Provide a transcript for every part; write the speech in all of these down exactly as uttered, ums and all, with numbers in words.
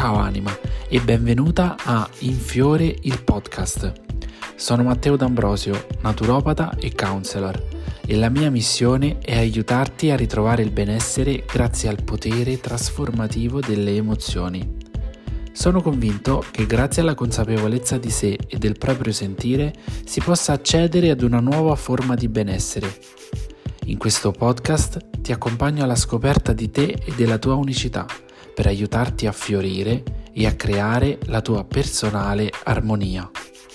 Ciao anima e benvenuta a In Fiore il podcast. Sono Matteo D'Ambrosio, naturopata e counselor, e la mia missione è aiutarti a ritrovare il benessere grazie al potere trasformativo delle emozioni. Sono convinto che grazie alla consapevolezza di sé e del proprio sentire si possa accedere ad una nuova forma di benessere. In questo podcast ti accompagno alla scoperta di te e della tua unicità, per aiutarti a fiorire e a creare la tua personale armonia.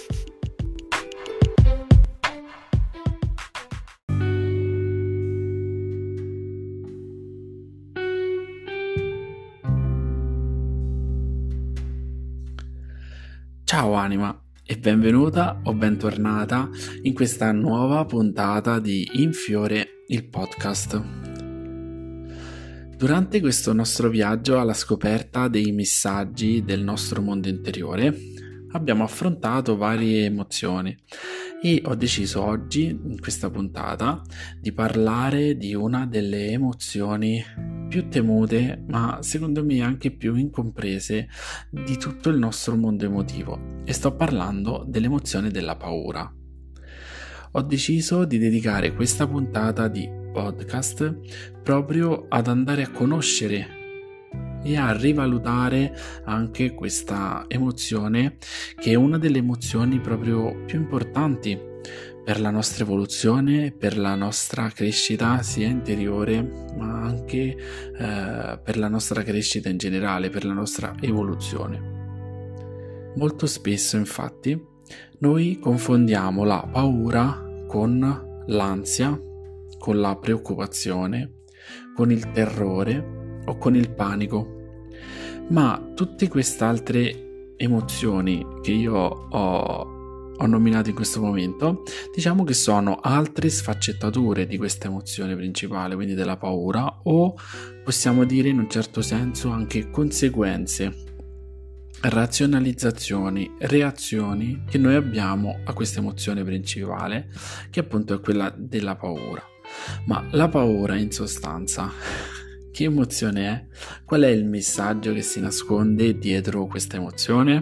Ciao anima e benvenuta o bentornata in questa nuova puntata di In Fiore il podcast. Durante questo nostro viaggio alla scoperta dei messaggi del nostro mondo interiore abbiamo affrontato varie emozioni e ho deciso oggi, in questa puntata, di parlare di una delle emozioni più temute, ma secondo me anche più incomprese di tutto il nostro mondo emotivo, e sto parlando dell'emozione della paura. Ho deciso di dedicare questa puntata di podcast proprio ad andare a conoscere e a rivalutare anche questa emozione, che è una delle emozioni proprio più importanti per la nostra evoluzione, per la nostra crescita sia interiore ma anche eh, per la nostra crescita in generale, per la nostra evoluzione. Molto spesso infatti noi confondiamo la paura con l'ansia, con la preoccupazione, con il terrore o con il panico. Ma tutte queste altre emozioni che io ho, ho nominato in questo momento, diciamo che sono altre sfaccettature di questa emozione principale, quindi della paura, o possiamo dire in un certo senso anche conseguenze, razionalizzazioni, reazioni che noi abbiamo a questa emozione principale, che appunto è quella della paura. Ma la paura in sostanza, che emozione è? Qual è il messaggio che si nasconde dietro questa emozione?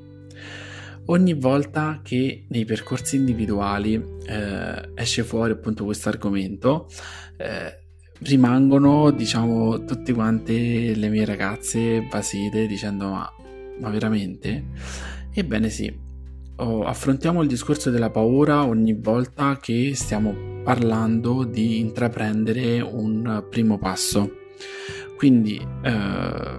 Ogni volta che nei percorsi individuali eh, esce fuori appunto questo argomento, eh, rimangono diciamo tutte quante le mie ragazze basite dicendo ma, ma veramente? Ebbene sì, oh, affrontiamo il discorso della paura ogni volta che stiamo parlando di intraprendere un primo passo. Quindi eh,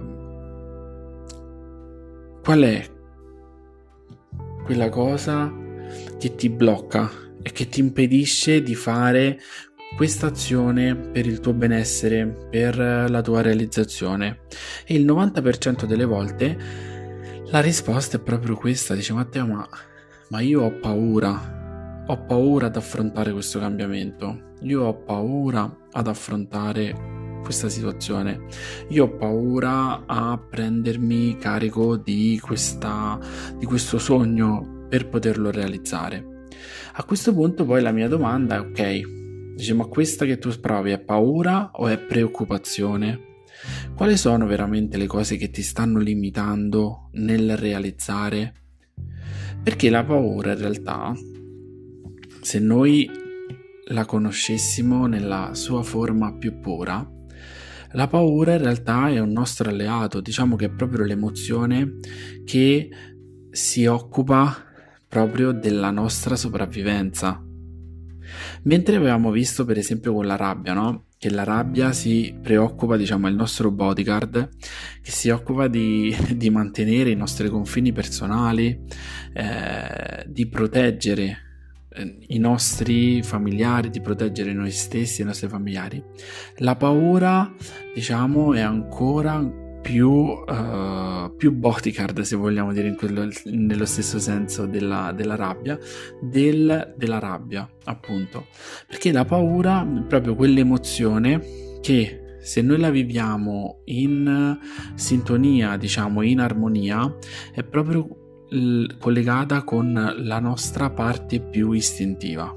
qual è quella cosa che ti blocca e che ti impedisce di fare questa azione per il tuo benessere, per la tua realizzazione? E il novanta per cento delle volte la risposta è proprio questa. Dice Matteo, ma, ma io ho paura, ho paura ad affrontare questo cambiamento, io ho paura ad affrontare questa situazione, io ho paura a prendermi carico di questa di questo sogno per poterlo realizzare. A questo punto poi la mia domanda è ok, diciamo, ma questa che tu provi è paura o è preoccupazione? Quali sono veramente le cose che ti stanno limitando nel realizzare? Perché la paura in realtà, se noi la conoscessimo nella sua forma più pura, la paura in realtà è un nostro alleato, diciamo che è proprio l'emozione che si occupa proprio della nostra sopravvivenza. Mentre avevamo visto per esempio con la rabbia, no? Che la rabbia si preoccupa, diciamo, è il nostro bodyguard, che si occupa di, di mantenere i nostri confini personali, eh, di proteggere i nostri familiari, di proteggere noi stessi e i nostri familiari. La paura, diciamo, è ancora più, uh, più bodyguard, se vogliamo dire in quello, nello stesso senso della, della rabbia, del, della rabbia, appunto. Perché la paura è proprio quell'emozione che, se noi la viviamo in sintonia, diciamo, in armonia, è proprio collegata con la nostra parte più istintiva.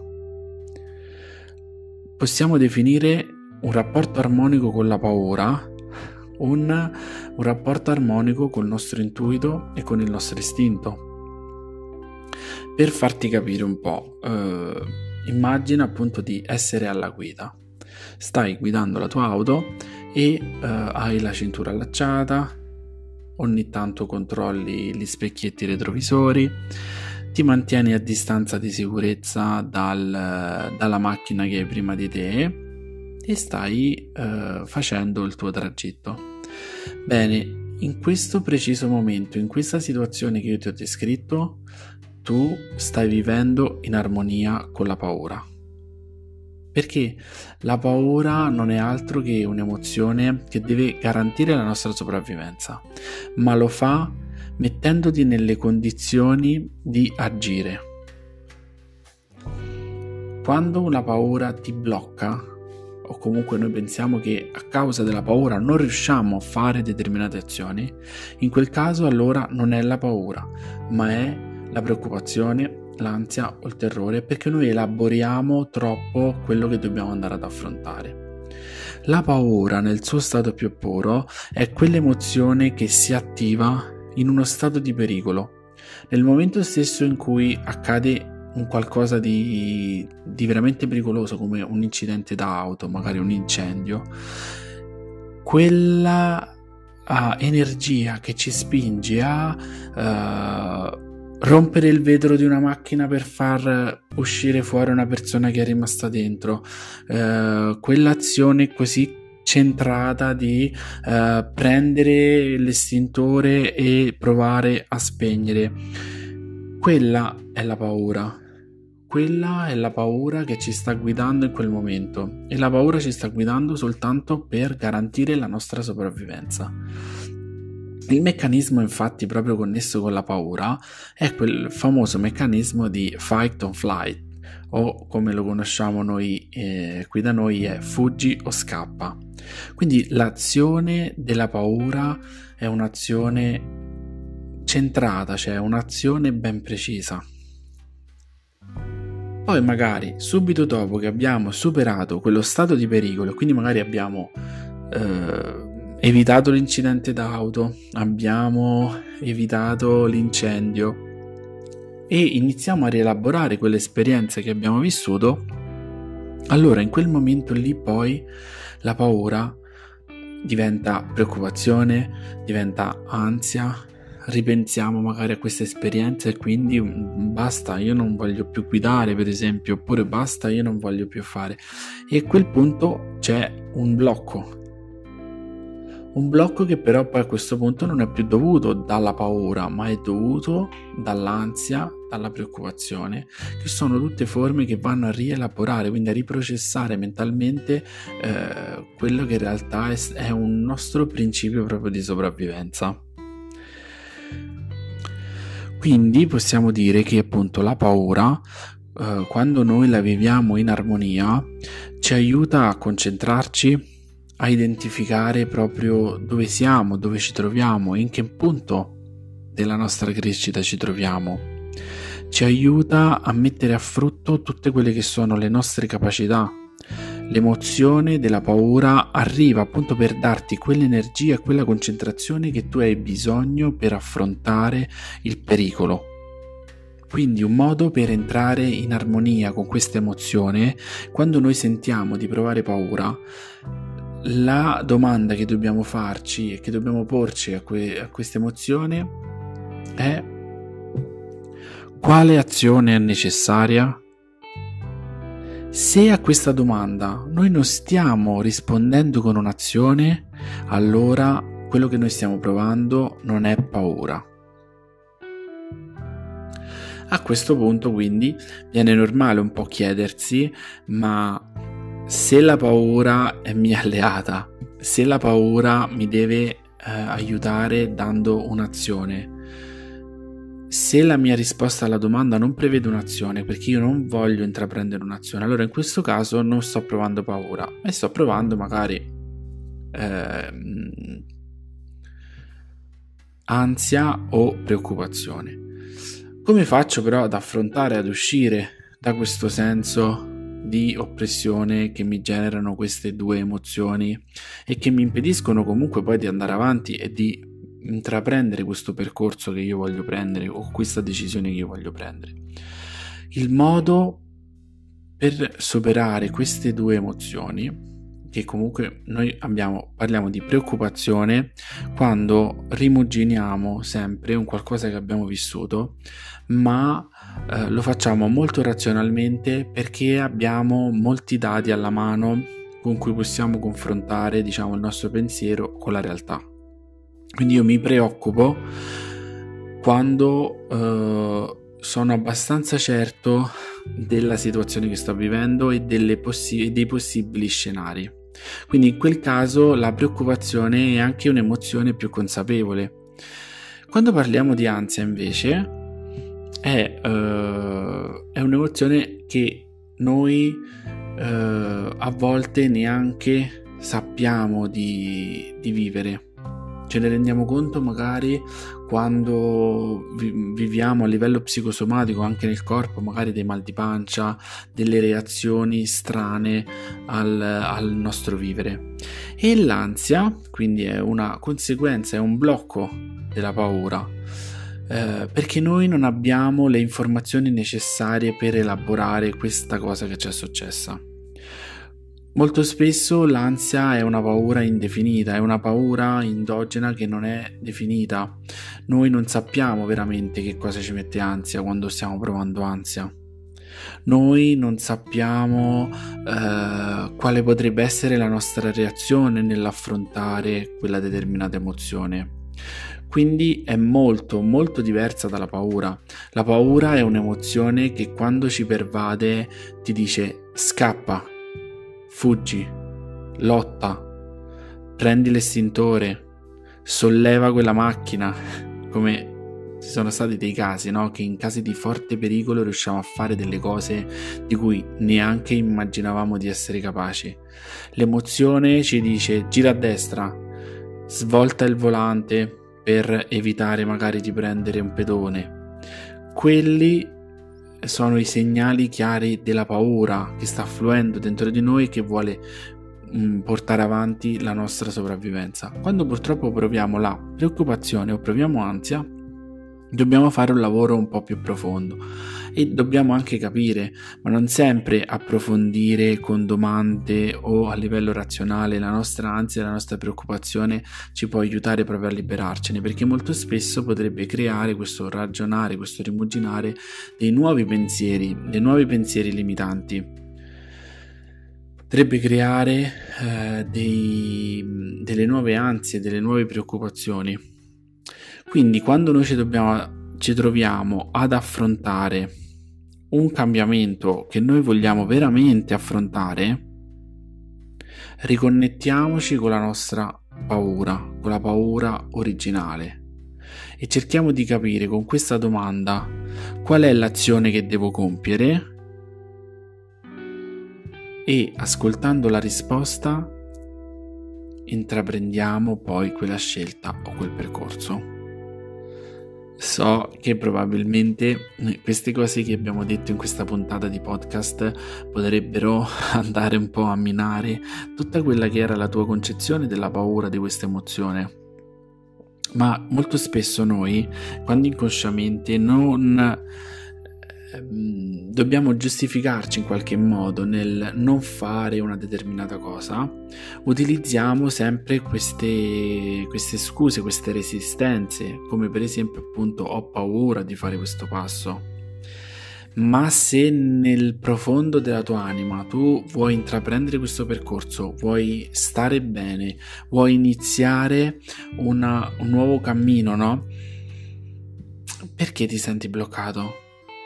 Possiamo definire un rapporto armonico con la paura un, un rapporto armonico col nostro intuito e con il nostro istinto. Per farti capire un po', eh, immagina appunto di essere alla guida. Stai guidando la tua auto e eh, hai la cintura allacciata, ogni tanto controlli gli specchietti retrovisori, ti mantieni a distanza di sicurezza dal, dalla macchina che hai prima di te e stai eh, facendo il tuo tragitto. Bene, in questo preciso momento, in questa situazione che io ti ho descritto, tu stai vivendo in armonia con la paura. Perché la paura non è altro che un'emozione che deve garantire la nostra sopravvivenza, ma lo fa mettendoti nelle condizioni di agire. Quando la paura ti blocca, o comunque noi pensiamo che a causa della paura non riusciamo a fare determinate azioni, in quel caso allora non è la paura, ma è la preoccupazione, l'ansia o il terrore, perché noi elaboriamo troppo quello che dobbiamo andare ad affrontare. La paura nel suo stato più puro è quell'emozione che si attiva in uno stato di pericolo. Nel momento stesso in cui accade un qualcosa di, di veramente pericoloso, come un incidente d'auto, magari un incendio, quella uh, energia che ci spinge a uh, rompere il vetro di una macchina per far uscire fuori una persona che è rimasta dentro, uh, quell'azione così centrata di uh, prendere l'estintore e provare a spegnere, quella è la paura. Quella è la paura che ci sta guidando in quel momento, e la paura ci sta guidando soltanto per garantire la nostra sopravvivenza. Il meccanismo infatti proprio connesso con la paura è quel famoso meccanismo di fight or flight, o come lo conosciamo noi eh, qui da noi è fuggi o scappa. Quindi l'azione della paura è un'azione centrata, cioè un'azione ben precisa. Poi magari subito dopo che abbiamo superato quello stato di pericolo, quindi magari abbiamo eh, evitato l'incidente d'auto, abbiamo evitato l'incendio e iniziamo a rielaborare quelle esperienze che abbiamo vissuto, allora in quel momento lì poi la paura diventa preoccupazione, diventa ansia, ripensiamo magari a queste esperienze e quindi basta, io non voglio più guidare per esempio, oppure basta, io non voglio più fare, e a quel punto c'è un blocco un blocco che però poi a questo punto non è più dovuto dalla paura, ma è dovuto dall'ansia, dalla preoccupazione, che sono tutte forme che vanno a rielaborare, quindi a riprocessare mentalmente eh, quello che in realtà è, è un nostro principio proprio di sopravvivenza. Quindi possiamo dire che appunto la paura, eh, quando noi la viviamo in armonia, ci aiuta a concentrarci, a identificare proprio dove siamo, dove ci troviamo, in che punto della nostra crescita ci troviamo. Ci aiuta a mettere a frutto tutte quelle che sono le nostre capacità. L'emozione della paura arriva appunto per darti quell'energia e quella concentrazione che tu hai bisogno per affrontare il pericolo. Quindi un modo per entrare in armonia con questa emozione, quando noi sentiamo di provare paura, la domanda che dobbiamo farci e che dobbiamo porci a, que- a questa emozione è: quale azione è necessaria? Se a questa domanda noi non stiamo rispondendo con un'azione, allora quello che noi stiamo provando non è paura. A questo punto quindi viene normale un po' chiedersi: ma se la paura è mia alleata, se la paura mi deve eh, aiutare dando un'azione, se la mia risposta alla domanda non prevede un'azione perché io non voglio intraprendere un'azione, allora in questo caso non sto provando paura e sto provando magari eh, ansia o preoccupazione. Come faccio però ad affrontare, ad uscire da questo senso di oppressione che mi generano queste due emozioni e che mi impediscono comunque poi di andare avanti e di intraprendere questo percorso che io voglio prendere o questa decisione che io voglio prendere. Il modo per superare queste due emozioni, che comunque noi abbiamo, parliamo di preoccupazione quando rimuginiamo sempre un qualcosa che abbiamo vissuto, ma eh, lo facciamo molto razionalmente perché abbiamo molti dati alla mano con cui possiamo confrontare, diciamo, il nostro pensiero con la realtà. Quindi io mi preoccupo quando eh, sono abbastanza certo della situazione che sto vivendo e delle possi- dei possibili scenari. Quindi in quel caso la preoccupazione è anche un'emozione più consapevole. Quando parliamo di ansia invece è, uh, è un'emozione che noi uh, a volte neanche sappiamo di, di vivere. Ce ne rendiamo conto magari quando vi- viviamo a livello psicosomatico anche nel corpo, magari dei mal di pancia, delle reazioni strane al, al nostro vivere. E l'ansia, quindi, è una conseguenza, è un blocco della paura, eh, perché noi non abbiamo le informazioni necessarie per elaborare questa cosa che ci è successa. Molto spesso l'ansia è una paura indefinita, è una paura endogena che non è definita. Noi non sappiamo veramente che cosa ci mette ansia quando stiamo provando ansia. Noi non sappiamo eh, quale potrebbe essere la nostra reazione nell'affrontare quella determinata emozione. Quindi è molto molto diversa dalla paura. La paura è un'emozione che quando ci pervade ti dice scappa, fuggi, lotta, prendi l'estintore, solleva quella macchina, come ci sono stati dei casi, no? Che in casi di forte pericolo riusciamo a fare delle cose di cui neanche immaginavamo di essere capaci. L'emozione ci dice gira a destra, svolta il volante per evitare magari di prendere un pedone. Quelli sono i segnali chiari della paura che sta fluendo dentro di noi e che vuole mh, portare avanti la nostra sopravvivenza. Quando purtroppo proviamo la preoccupazione o proviamo ansia, dobbiamo fare un lavoro un po' più profondo e dobbiamo anche capire, ma non sempre approfondire con domande o a livello razionale la nostra ansia, la nostra preoccupazione ci può aiutare proprio a liberarcene, perché molto spesso potrebbe creare questo ragionare, questo rimuginare dei nuovi pensieri, dei nuovi pensieri limitanti. Potrebbe creare eh, dei, delle nuove ansie, delle nuove preoccupazioni. Quindi quando noi ci, dobbiamo, ci troviamo ad affrontare un cambiamento che noi vogliamo veramente affrontare, riconnettiamoci con la nostra paura, con la paura originale e cerchiamo di capire con questa domanda qual è l'azione che devo compiere e ascoltando la risposta intraprendiamo poi quella scelta o quel percorso. So che probabilmente queste cose che abbiamo detto in questa puntata di podcast potrebbero andare un po' a minare tutta quella che era la tua concezione della paura di questa emozione, ma molto spesso noi, quando inconsciamente non ehm, dobbiamo giustificarci in qualche modo nel non fare una determinata cosa, utilizziamo sempre queste, queste scuse, queste resistenze, come per esempio appunto ho paura di fare questo passo. Ma se nel profondo della tua anima tu vuoi intraprendere questo percorso, vuoi stare bene, vuoi iniziare una, un nuovo cammino, no? Perché ti senti bloccato?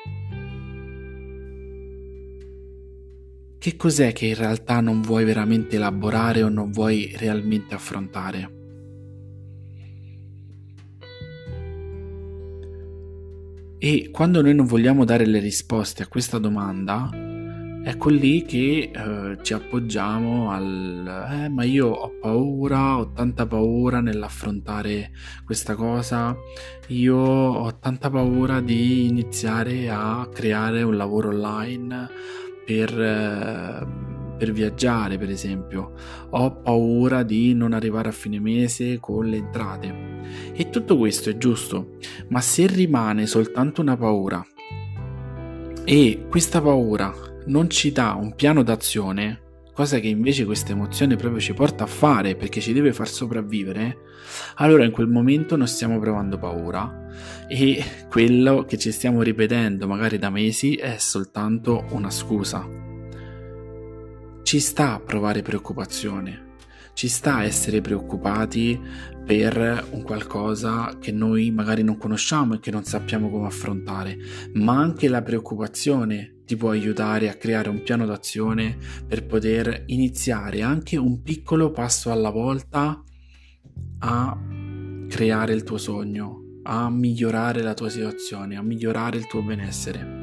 Che cos'è che in realtà non vuoi veramente elaborare o non vuoi realmente affrontare? E quando noi non vogliamo dare le risposte a questa domanda, ecco lì che eh, ci appoggiamo al eh, ma io ho paura, ho tanta paura nell'affrontare questa cosa, io ho tanta paura di iniziare a creare un lavoro online per, eh, per viaggiare, per esempio. Ho paura di non arrivare a fine mese con le entrate. E tutto questo è giusto, ma se rimane soltanto una paura e questa paura non ci dà un piano d'azione, cosa che invece questa emozione proprio ci porta a fare perché ci deve far sopravvivere, allora in quel momento non stiamo provando paura e quello che ci stiamo ripetendo magari da mesi è soltanto una scusa. Ci sta a provare preoccupazione, ci sta a essere preoccupati per un qualcosa che noi magari non conosciamo e che non sappiamo come affrontare, ma anche la preoccupazione ti può aiutare a creare un piano d'azione per poter iniziare anche un piccolo passo alla volta a creare il tuo sogno, a migliorare la tua situazione, a migliorare il tuo benessere.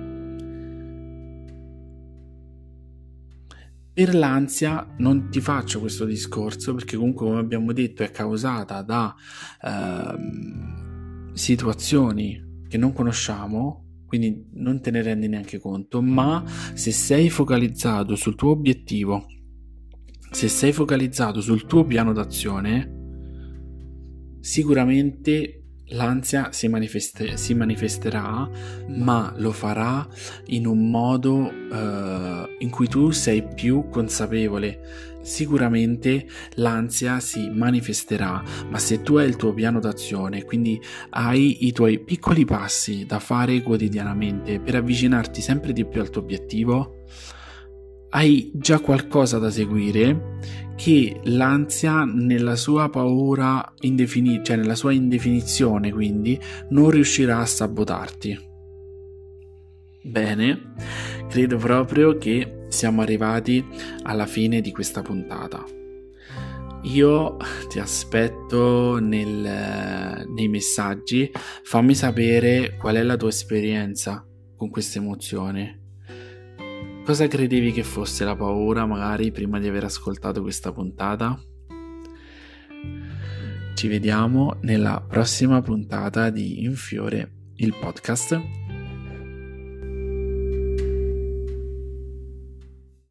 Per l'ansia non ti faccio questo discorso perché comunque, come abbiamo detto, è causata da eh, situazioni che non conosciamo, quindi non te ne rendi neanche conto, ma se sei focalizzato sul tuo obiettivo, se sei focalizzato sul tuo piano d'azione, sicuramente l'ansia si, manifeste- si manifesterà, ma lo farà in un modo eh, in cui tu sei più consapevole. Sicuramente l'ansia si manifesterà, ma se tu hai il tuo piano d'azione, quindi hai i tuoi piccoli passi da fare quotidianamente per avvicinarti sempre di più al tuo obiettivo, hai già qualcosa da seguire che l'ansia nella sua paura indefinita, cioè nella sua indefinizione, quindi non riuscirà a sabotarti. Bene, credo proprio che siamo arrivati alla fine di questa puntata. Io ti aspetto nel, nei messaggi, fammi sapere qual è la tua esperienza con questa emozione. Cosa credevi che fosse la paura magari prima di aver ascoltato questa puntata? Ci vediamo nella prossima puntata di In Fiore, il podcast.